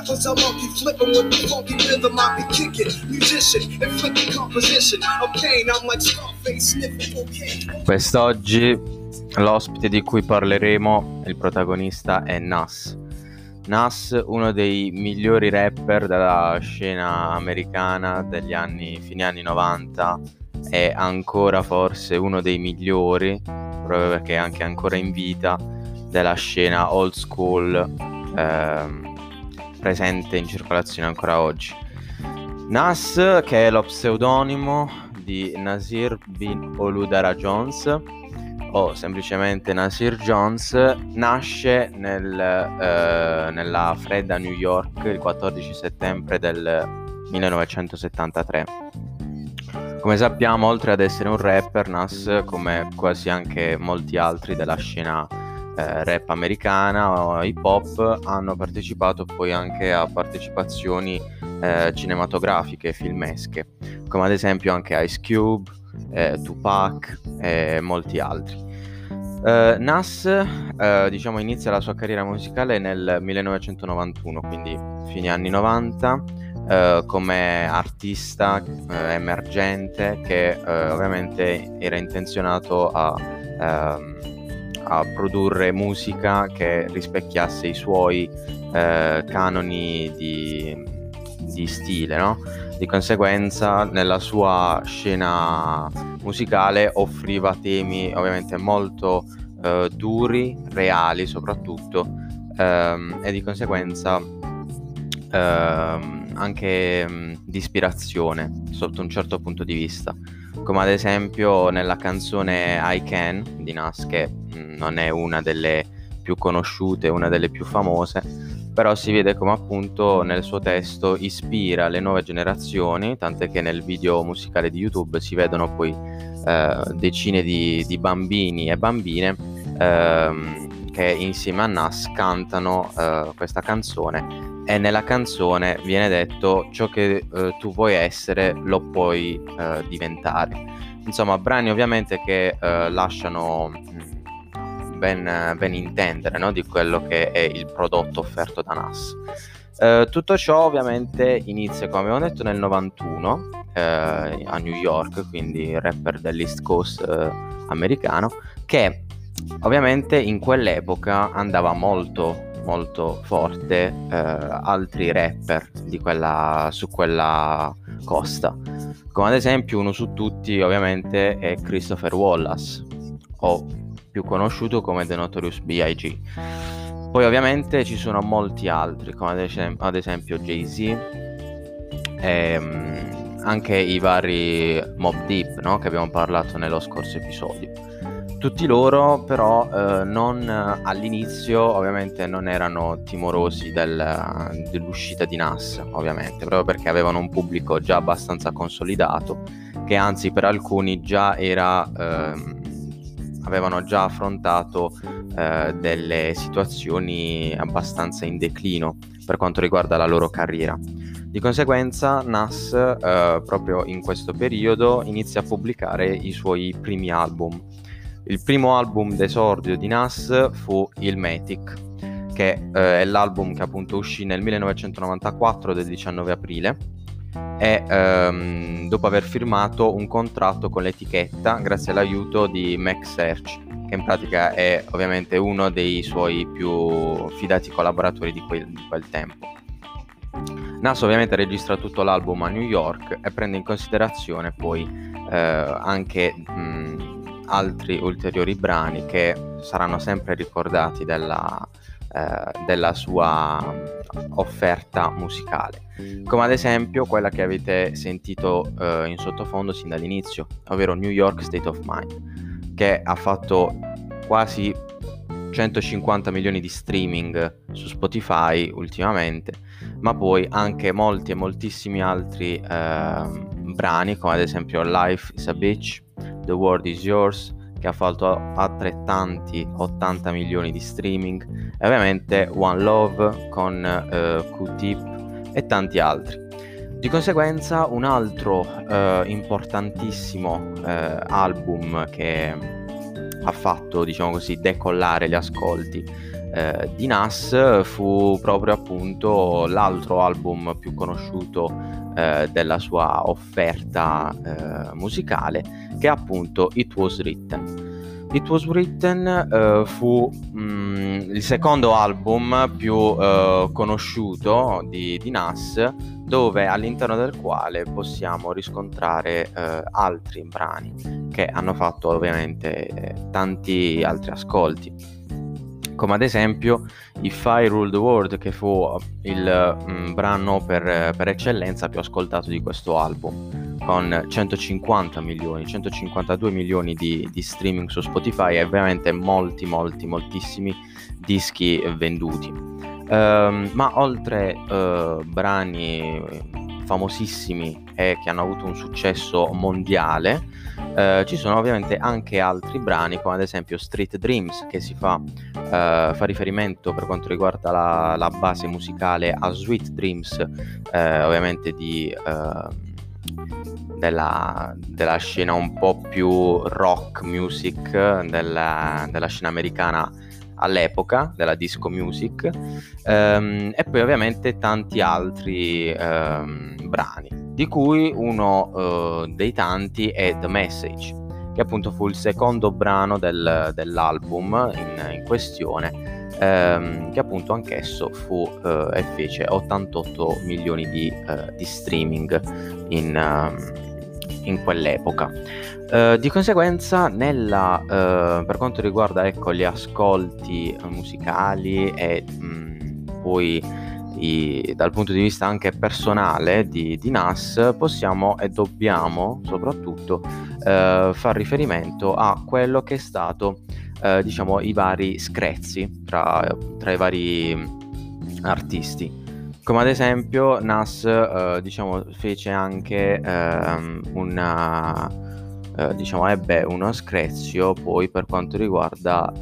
Cause I monkey flipping with the funky rhythm I be kicking. Musician, inflicting composition of pain. I'm like Scarface sniffing cocaine. Quest'oggi l'ospite di cui parleremo, il protagonista, è Nas. Nas, uno dei migliori rapper della scena americana degli fine anni 90, è ancora forse uno dei migliori, proprio perché è anche ancora in vita, della scena old school, presente in circolazione ancora oggi. Nas, che è lo pseudonimo di Nasir bin Oludara Jones, o semplicemente Nasir Jones, nasce nella fredda New York il 14 settembre del 1973. Come sappiamo, oltre ad essere un rapper, Nas, come quasi anche molti altri della scena rap americana o hip hop, hanno partecipato poi anche a partecipazioni cinematografiche, filmesche, come ad esempio anche Ice Cube, Tupac e molti altri. Nas inizia la sua carriera musicale nel 1991, quindi fine anni 90, come artista emergente che ovviamente era intenzionato a produrre musica che rispecchiasse i suoi canoni di stile, no? Di conseguenza nella sua scena musicale offriva temi ovviamente molto duri, reali soprattutto, e di conseguenza anche di ispirazione sotto un certo punto di vista, come ad esempio nella canzone I Can di Nas, che non è una delle più conosciute, una delle più famose, però si vede come appunto nel suo testo ispira le nuove generazioni, tant'è che nel video musicale di YouTube si vedono poi decine di bambini e bambine che insieme a Nas cantano questa canzone, e nella canzone viene detto: ciò che tu vuoi essere lo puoi diventare. Insomma, brani ovviamente che lasciano ben intendere, no, di quello che è il prodotto offerto da Nas. Tutto ciò ovviamente inizia, come abbiamo detto, nel 91 a New York, quindi rapper dell'East Coast americano, che ovviamente in quell'epoca andava molto forte altri rapper su quella costa, come ad esempio uno su tutti ovviamente è Christopher Wallace, o più conosciuto come The Notorious B.I.G. Poi ovviamente ci sono molti altri, come ad esempio Jay-Z, e anche i vari Mobb Deep, no? Che abbiamo parlato nello scorso episodio. Tutti loro però all'inizio ovviamente non erano timorosi dell'uscita di Nas, ovviamente, proprio perché avevano un pubblico già abbastanza consolidato, che anzi per alcuni già avevano già affrontato delle situazioni abbastanza in declino per quanto riguarda la loro carriera. Di conseguenza Nas proprio in questo periodo inizia a pubblicare i suoi primi album. Il primo album d'esordio di Nas fu Illmatic, che è l'album che appunto uscì nel 1994 del 19 aprile, e dopo aver firmato un contratto con l'etichetta grazie all'aiuto di Mac Search, che in pratica è ovviamente uno dei suoi più fidati collaboratori di quel tempo. Nas ovviamente registra tutto l'album a New York e prende in considerazione poi anche altri ulteriori brani che saranno sempre ricordati della sua offerta musicale, come ad esempio quella che avete sentito in sottofondo sin dall'inizio, ovvero New York State of Mind, che ha fatto quasi 150 milioni di streaming su Spotify ultimamente, ma poi anche molti e moltissimi altri brani, come ad esempio Life is a Bitch, The World is Yours, che ha fatto altrettanti 80 milioni di streaming, e ovviamente One Love con Q-Tip e tanti altri. Di conseguenza un altro importantissimo album che ha fatto, diciamo così, decollare gli ascolti di Nas fu proprio appunto l'altro album più conosciuto della sua offerta musicale, che è appunto It Was Written. It Was Written fu il secondo album più conosciuto di Nas, dove all'interno del quale possiamo riscontrare altri brani che hanno fatto ovviamente tanti altri ascolti, come ad esempio If I Rule the World, che fu il brano per eccellenza più ascoltato di questo album, con 150 milioni, 152 milioni di streaming su Spotify e ovviamente moltissimi dischi venduti. Ma oltre brani famosissimi e che hanno avuto un successo mondiale, ci sono ovviamente anche altri brani, come ad esempio Street Dreams, che si fa riferimento, per quanto riguarda la base musicale, a Sweet Dreams, ovviamente della scena un po' più rock music della scena americana all'epoca, della disco music, e poi ovviamente tanti altri brani, di cui uno dei tanti è The Message, che appunto fu il secondo brano dell'album in questione, che appunto anch'esso e fece 88 milioni di streaming in quell'epoca. Di conseguenza per quanto riguarda, ecco, gli ascolti musicali e poi dal punto di vista anche personale di Nas, possiamo e dobbiamo soprattutto far riferimento a quello che è stato diciamo i vari screzi tra i vari artisti. Come ad esempio Nas diciamo fece anche ebbe uno screzio poi per quanto riguarda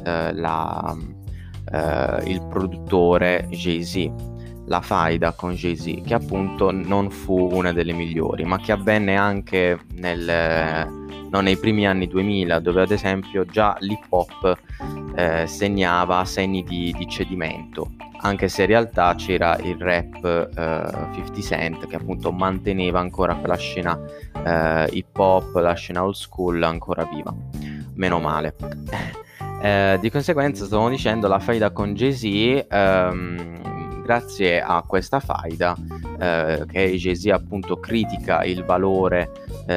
il produttore Jay-Z, la faida con Jay-Z, che appunto non fu una delle migliori, ma che avvenne anche nei primi anni 2000, dove ad esempio già l'hip hop segnava segni di cedimento, anche se in realtà c'era il rap 50 Cent, che appunto manteneva ancora quella scena hip hop, la scena old school ancora viva, meno male. Di conseguenza, stavo dicendo, la faida con Jay-Z, grazie a questa faida che Jay-Z appunto critica il valore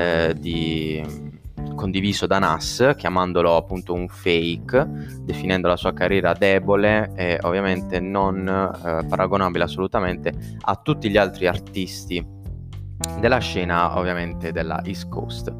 condiviso da Nas, chiamandolo appunto un fake, definendo la sua carriera debole e ovviamente non paragonabile assolutamente a tutti gli altri artisti della scena, ovviamente della East Coast.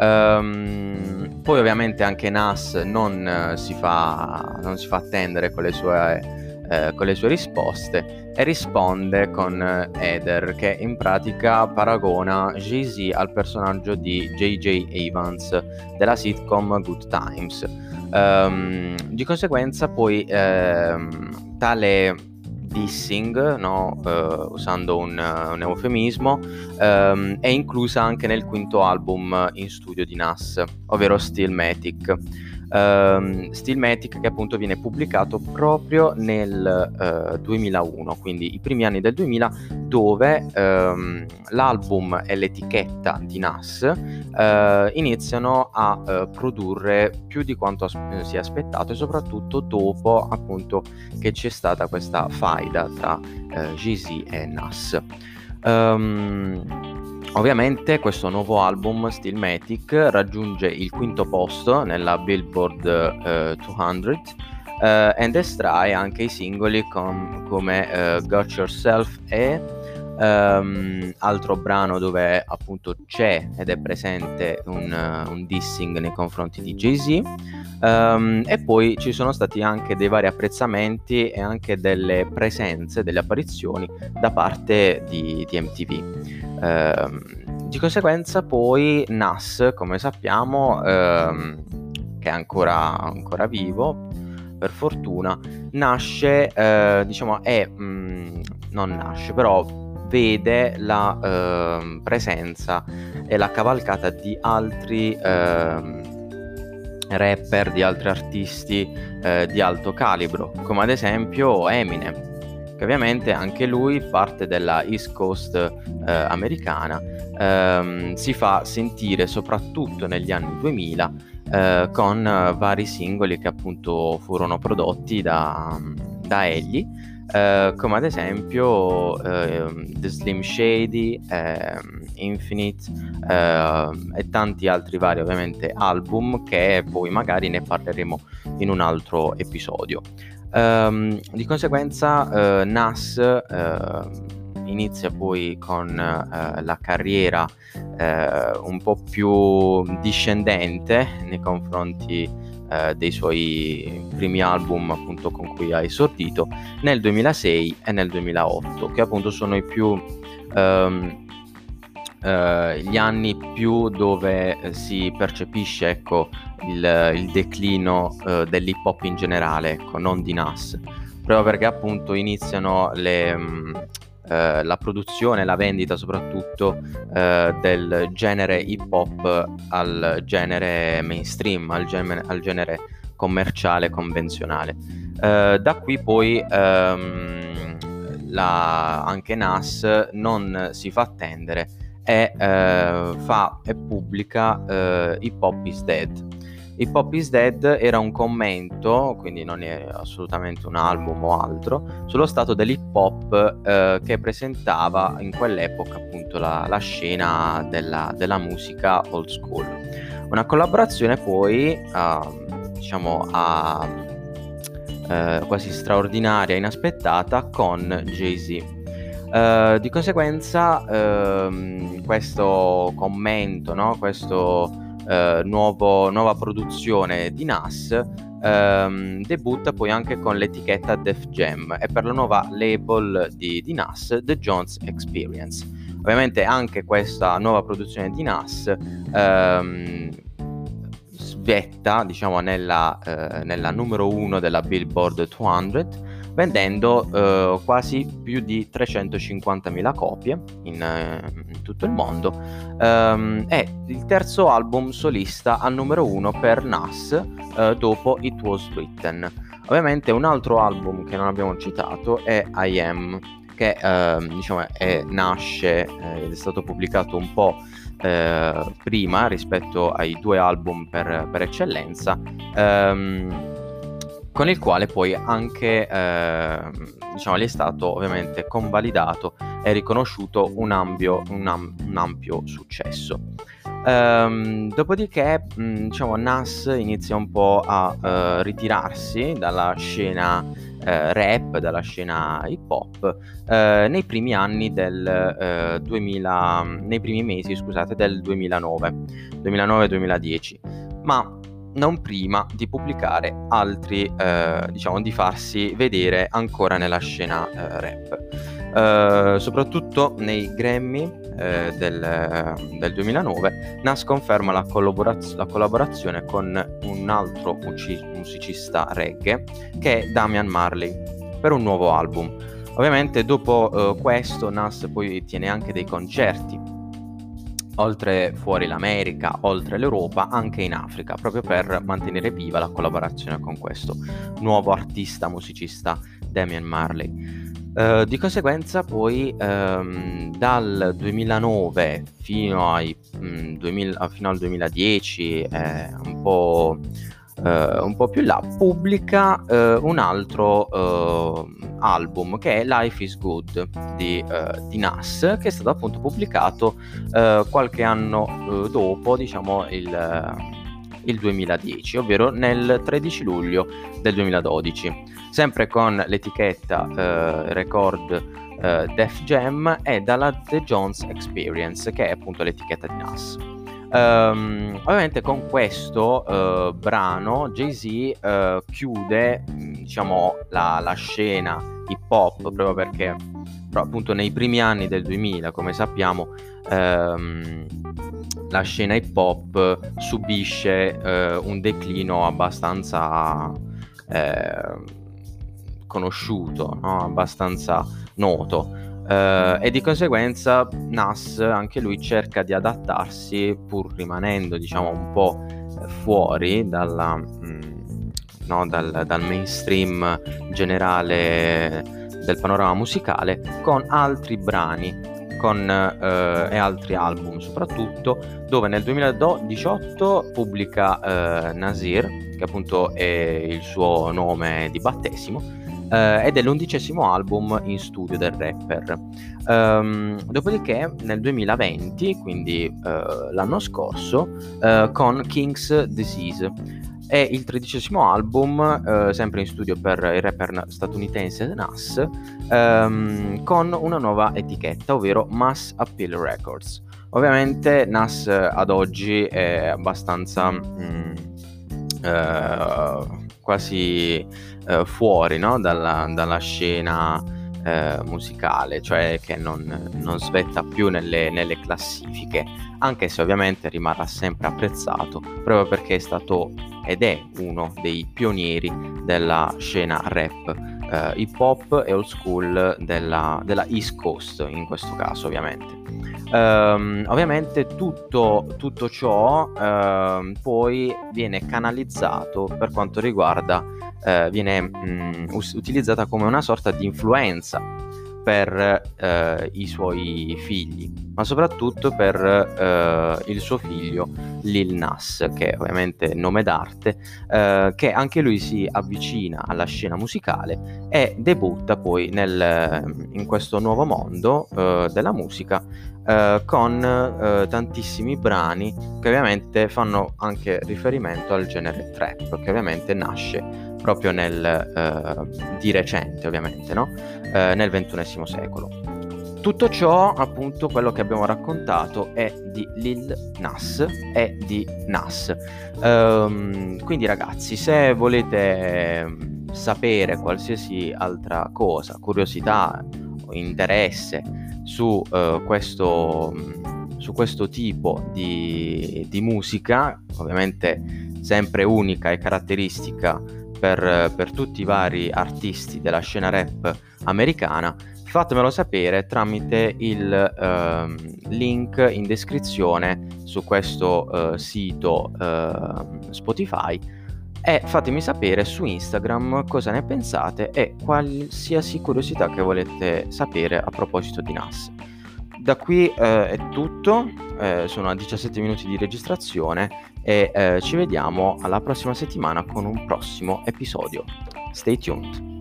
Poi ovviamente anche Nas non si fa attendere con le sue risposte, e risponde con Heather, che in pratica paragona Jay-Z al personaggio di J.J. Abrams della sitcom Good Times. Di conseguenza poi tale dissing, no, usando un eufemismo, è inclusa anche nel quinto album in studio di Nas, ovvero Stillmatic. Stillmatic, che appunto viene pubblicato proprio nel 2001, quindi i primi anni del 2000, dove l'album e l'etichetta di Nas iniziano a produrre più di quanto si è aspettato, e soprattutto dopo appunto che c'è stata questa faida tra Jay-Z e Nas. Ovviamente questo nuovo album, Stillmatic, raggiunge il quinto posto nella Billboard 200 ed estrae anche i singoli come Got Yourself e altro brano dove appunto c'è ed è presente un dissing nei confronti di Jay-Z, e poi ci sono stati anche dei vari apprezzamenti e anche delle presenze, delle apparizioni da parte di MTV. Di conseguenza poi Nas, come sappiamo, che è ancora vivo per fortuna, nasce, non nasce, però vede la presenza e la cavalcata di altri rapper, di altri artisti di alto calibro, come ad esempio Eminem, che ovviamente anche lui parte della East Coast americana, si fa sentire soprattutto negli anni 2000 con vari singoli che appunto furono prodotti da egli, come ad esempio The Slim Shady, Infinite e tanti altri vari ovviamente album, che poi magari ne parleremo in un altro episodio. Di conseguenza Nas inizia poi con la carriera un po' più discendente nei confronti dei suoi primi album appunto con cui ha esordito nel 2006 e nel 2008, che appunto sono i più gli anni più dove si percepisce, ecco, il declino dell'hip hop in generale, ecco, non di Nas, proprio perché appunto iniziano la produzione, la vendita soprattutto del genere hip hop al genere mainstream, al genere commerciale convenzionale. Da qui poi anche Nas non si fa attendere e fa e pubblica Hip Hop is Dead. Hip Hop is Dead era un commento, quindi non è assolutamente un album o altro, sullo stato dell'hip hop che presentava in quell'epoca appunto la scena della musica old school. Una collaborazione poi diciamo quasi straordinaria, inaspettata, con Jay-Z. Di conseguenza questo commento, no? Questo nuova produzione di Nas debutta poi anche con l'etichetta Def Jam e per la nuova label di Nas, The Jones Experience. Ovviamente anche questa nuova produzione di Nas svetta, diciamo, nella numero 1 della Billboard 200, vendendo quasi più di 350.000 copie in tutto il mondo. È il terzo album solista al numero 1 per Nas dopo It Was Written. Ovviamente un altro album che non abbiamo citato è I Am, che diciamo nasce ed è stato pubblicato un po' prima rispetto ai due album per eccellenza, con il quale poi anche diciamo gli è stato ovviamente convalidato e riconosciuto un ampio successo. Dopodiché diciamo Nas inizia un po' a ritirarsi dalla scena rap, dalla scena hip hop nei primi anni del 2000, nei primi mesi, scusate, del 2009-2010, ma non prima di pubblicare altri, diciamo, di farsi vedere ancora nella scena rap. Soprattutto nei Grammy del 2009 Nas conferma la collaborazione con un altro musicista reggae, che è Damian Marley, per un nuovo album. Ovviamente dopo questo Nas poi tiene anche dei concerti oltre fuori l'America, oltre l'Europa, anche in Africa, proprio per mantenere viva la collaborazione con questo nuovo artista musicista Damian Marley. Di conseguenza poi dal 2009 fino al 2010, un po' più in là, pubblica un altro album, che è Life is Good di Nas, che è stato appunto pubblicato qualche anno dopo, diciamo il 2010, ovvero nel 13 luglio del 2012, sempre con l'etichetta record Def Jam e dalla The Jones Experience, che è appunto l'etichetta di Nas. Ovviamente con questo brano Jay-Z chiude diciamo la scena hip hop, proprio perché appunto nei primi anni del 2000, come sappiamo, la scena hip hop subisce un declino abbastanza conosciuto, no? Abbastanza noto. E di conseguenza Nas anche lui cerca di adattarsi, pur rimanendo diciamo un po' fuori dal mainstream generale del panorama musicale, con altri brani e altri album soprattutto, dove nel 2018 pubblica Nasir, che appunto è il suo nome di battesimo, ed è l'11° album in studio del rapper. Dopodiché nel 2020, quindi l'anno scorso, con King's Disease, è il 13° album, sempre in studio per il rapper statunitense Nas, con una nuova etichetta, ovvero Mass Appeal Records. Ovviamente Nas ad oggi è abbastanza quasi fuori, no? dalla scena musicale, cioè che non svetta più nelle classifiche, anche se ovviamente rimarrà sempre apprezzato proprio perché è stato ed è uno dei pionieri della scena rap hip hop e old school della East Coast, in questo caso ovviamente. Ovviamente tutto ciò poi viene canalizzato per quanto riguarda viene utilizzata come una sorta di influenza per i suoi figli, ma soprattutto per il suo figlio Lil Nas, che è ovviamente nome d'arte, che anche lui si avvicina alla scena musicale e debutta poi in questo nuovo mondo della musica, con tantissimi brani che ovviamente fanno anche riferimento al genere trap, che ovviamente nasce proprio di recente, ovviamente, no? Nel XXI secolo. Tutto ciò, appunto, quello che abbiamo raccontato è di Lil Nas e di Nas. Quindi ragazzi, se volete sapere qualsiasi altra cosa, curiosità o interesse su questo tipo di musica, ovviamente sempre unica e caratteristica per tutti i vari artisti della scena rap americana, fatemelo sapere tramite il link in descrizione su questo sito Spotify, e fatemi sapere su Instagram cosa ne pensate e qualsiasi curiosità che volete sapere a proposito di Nas. Da qui è tutto, sono a 17 minuti di registrazione e ci vediamo alla prossima settimana con un prossimo episodio. Stay tuned.